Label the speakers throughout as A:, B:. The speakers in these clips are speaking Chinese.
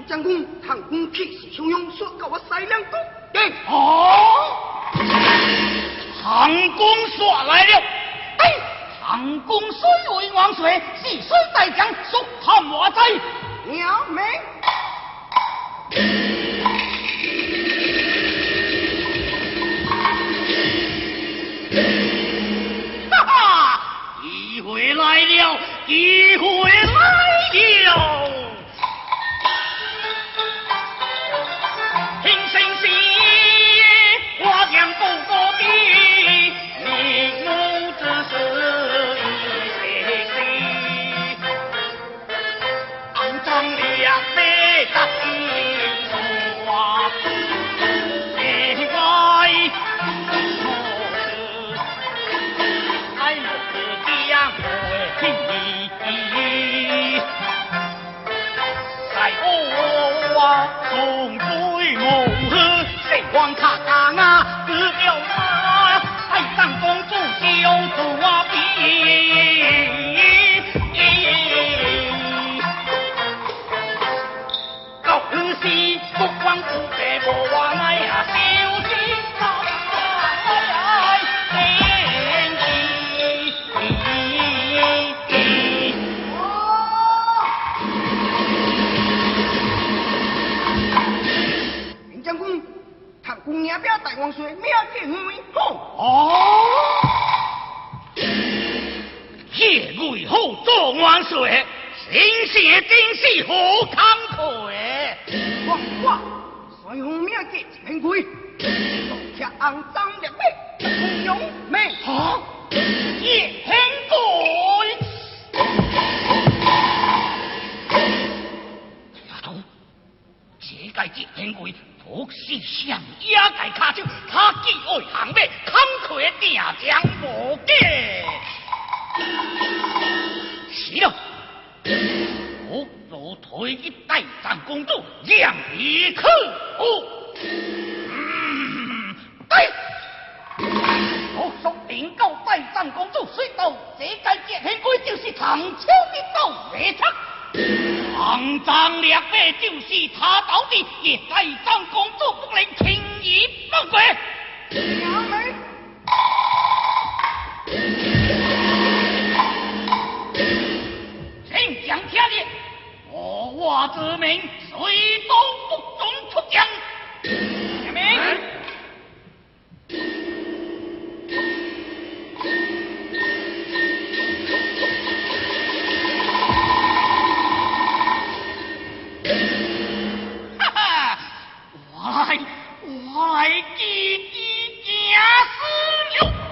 A: 将军唐公气势汹汹，说教我西凉国。对。
B: 哦，唐公说来了。哎，唐公虽为王水，是虽大将，属探马仔。
A: 鸟鸣。
B: 哈哈，机会来了，机会来了。
A: 大王水命见为好。
B: 哦，夜为好做万岁，心血真是好慷慨。
A: 我随后命见一片鬼，吃肮脏劣味，不用命。
B: 啊，一片鬼。丫头，这个一片鬼。不是上压在卡手，他既爱行马，慷慨定将无假。是了，我若推一代战公主，让你去对，我属禀告代战公主，虽到这个劫天鬼就是唐秋的斗内贼。肮脏劣味就是他到底，也代战公主不能轻易放过。
A: 娘们，
B: 请将听令，我之命，谁都不准出将。听明？我来记假死了。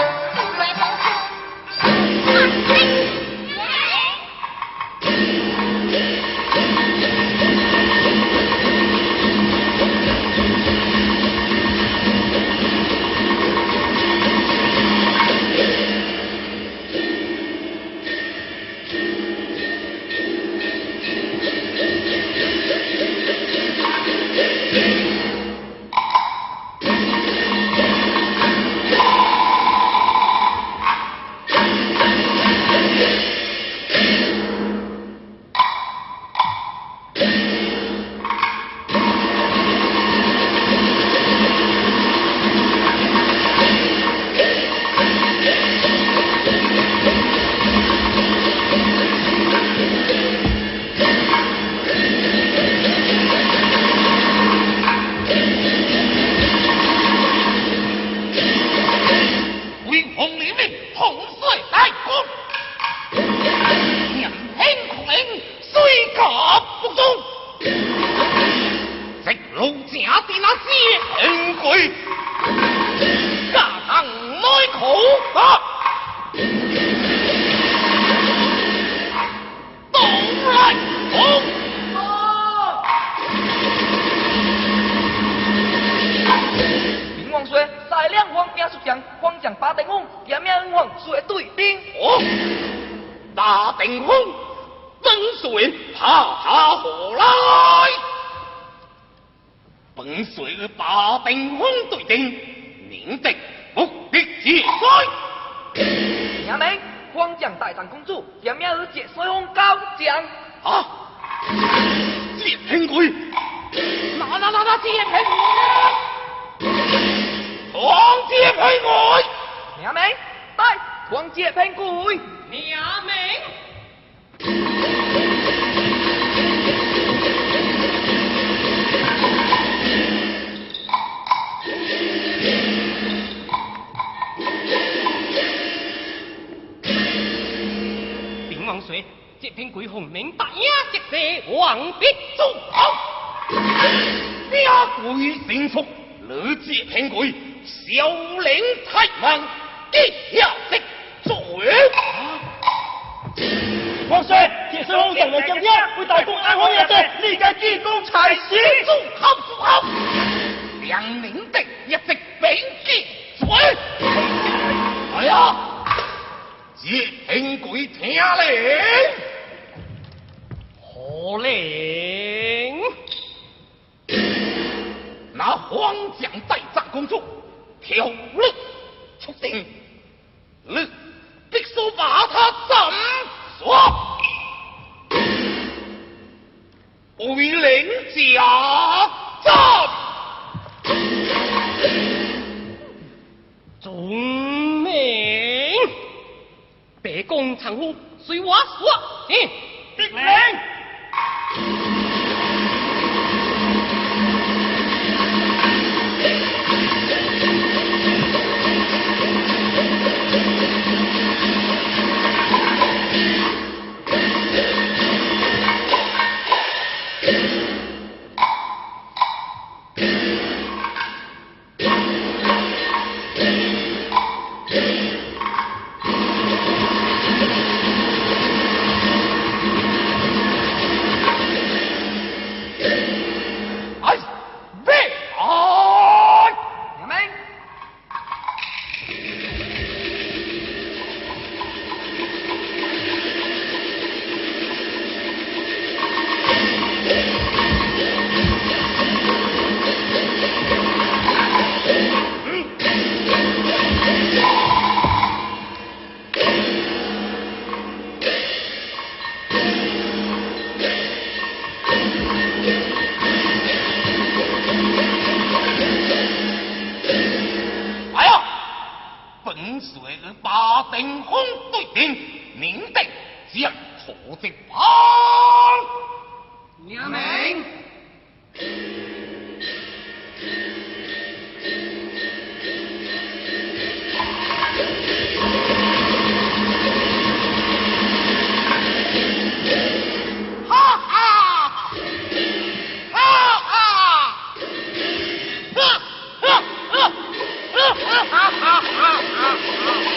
B: 哈哈哈哈哈！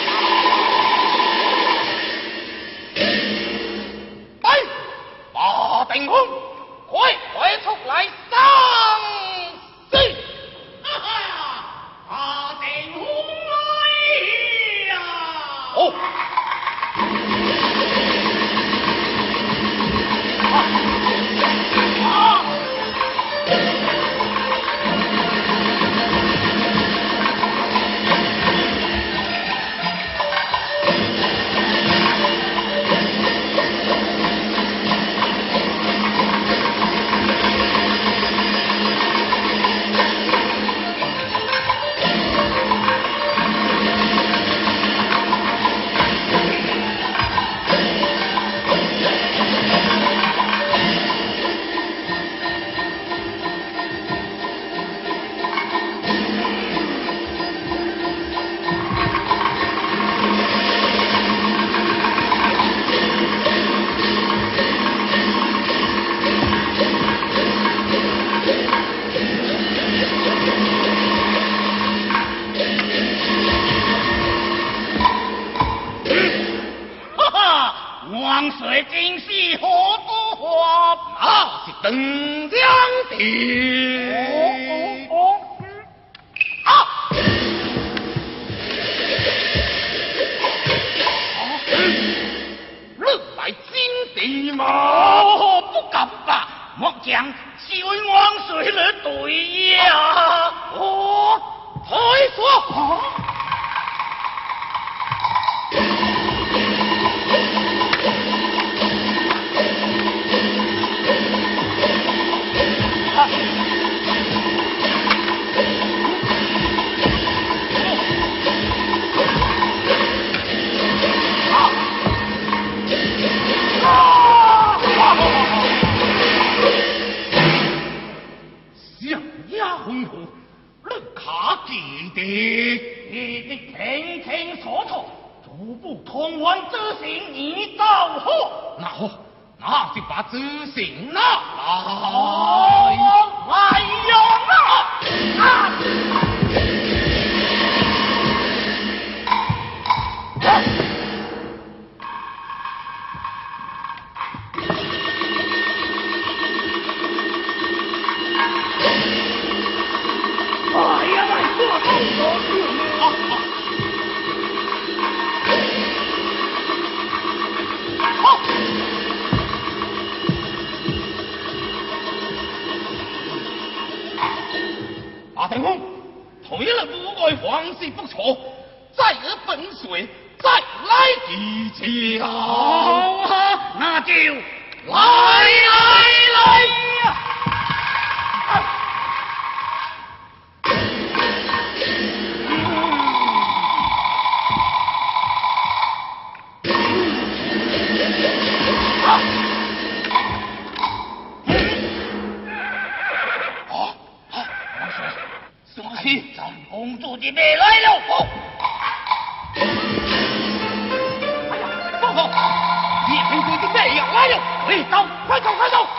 B: 水真是何都花，
C: 那是长江的。你来金地吗？
B: 不敢吧，莫讲是为王水来对呀。
C: 再说。想呀吩咐，你卡记得，
B: 你的轻轻所措，足不通完之行，你造何？
C: 那好，那就把知行拿来。
B: 来用啊！
C: 阿腾风，退了不爱皇室不错，再而本水，再来一枪。
B: 好啊，那就
C: 来
B: 呀！咱公主的妹来了！
C: 哎呀，报告，叶平贵的妹要来了！快走，快走，快走！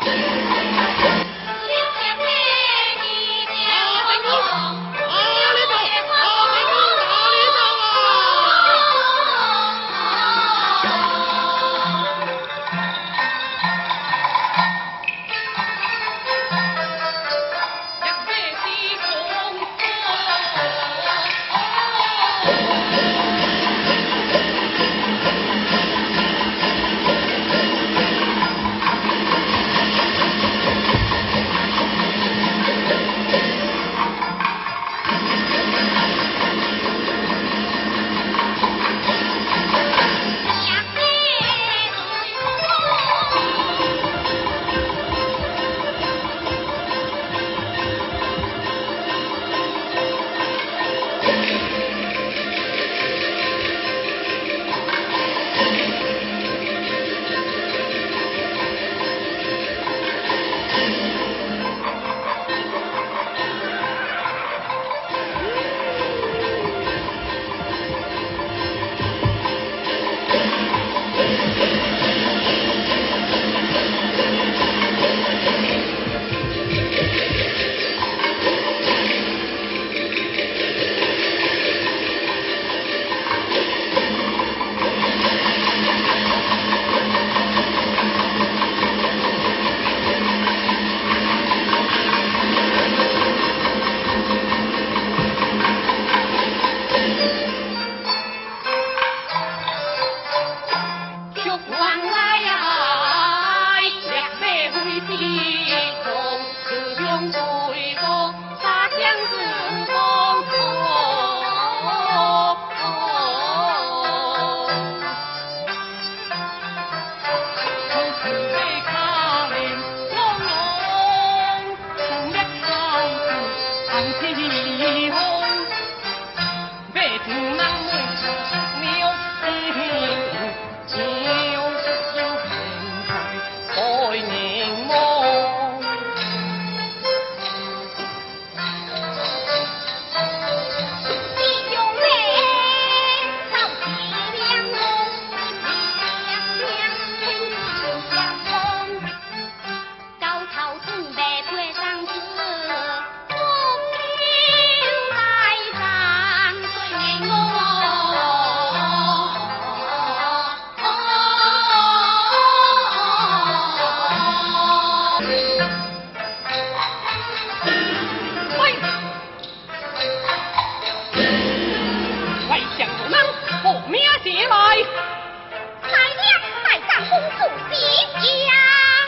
D: 来。
E: 才亮在上公主席家，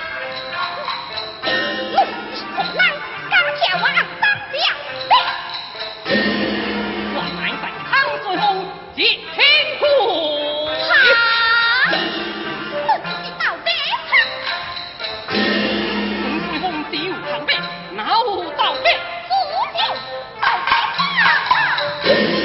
E: 怒气冲浪，刚跳我当两倍。
D: 我乃在康水后接天父。
E: 哈！你是到底他？
D: 康水后只有唐伯，哪有道伯？
E: 不定到底他。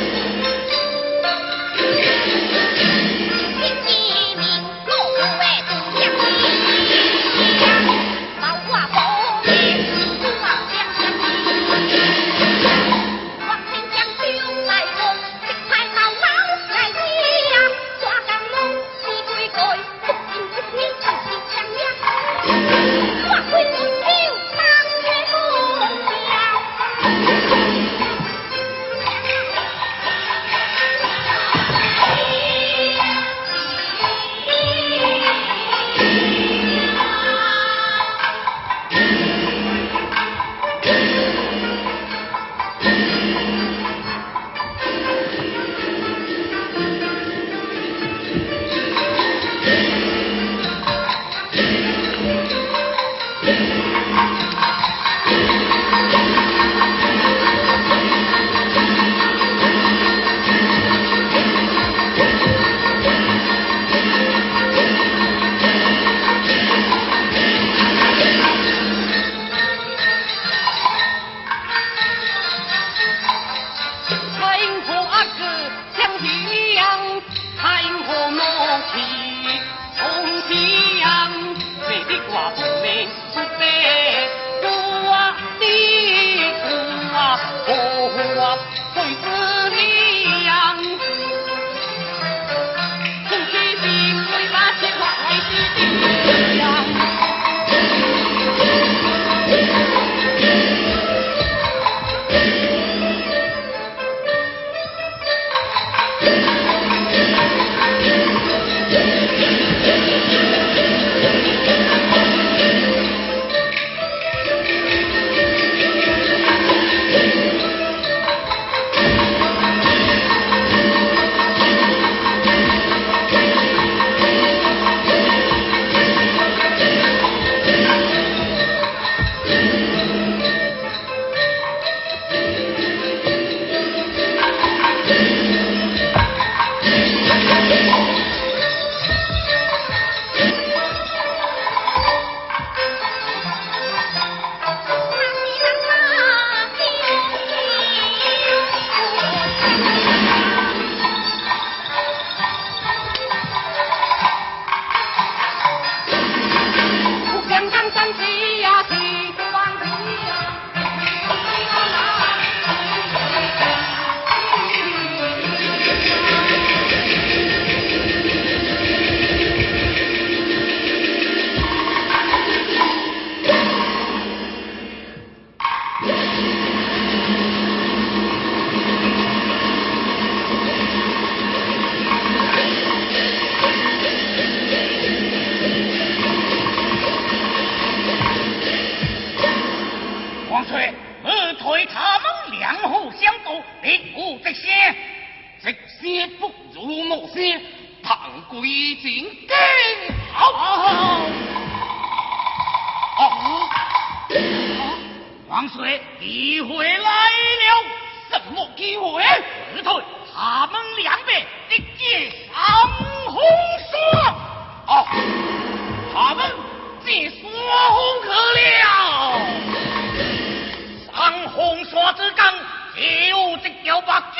E: 天机明，我有的不讲理，老话不明，我讲讲理。往前将酒来喝，食菜老老来吃，抓工拢是规矩，不进不你唱是强呀。我开门酒，当月梦想。
D: 太阴和阿哥相提样，太阴和怒气冲气样，这的话不明不白，主啊的主啊，我会子力样，出去是会把钱花来是的样。
B: 王翠，二退他们两户相斗，并无直先，
C: 直先不如我先，唐贵进更好。
B: 王水，机会来了，
C: 什么机会？
B: 二退他们两边一借上红刷。
C: 他们借耍红可了。
B: 上红刷之刚，就这条把剑。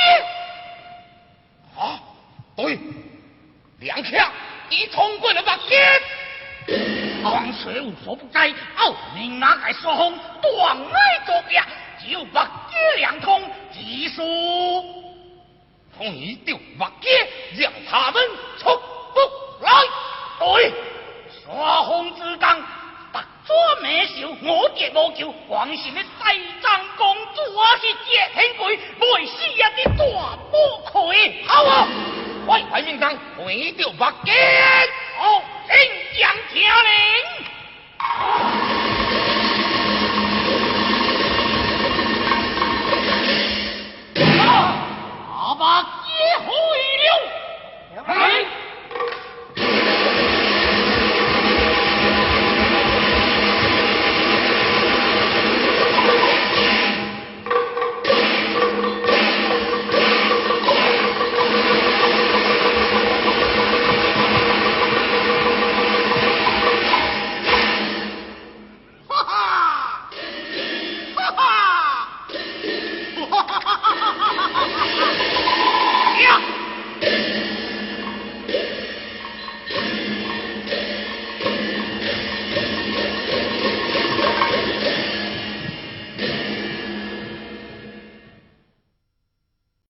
C: 对，两枪已冲过了把剑。
B: 王水无所不在，明哪个耍红，断爱作业，就把剑两通，技术
C: 从一丢把剑，让他们出不来。
B: 对，耍红之刚。白捉美秀，我结无求，皇上的栽赃公主啊是借天贵，未死也的大不亏。
C: 好啊，快快命当，回掉把剑。
B: 好，请将听令。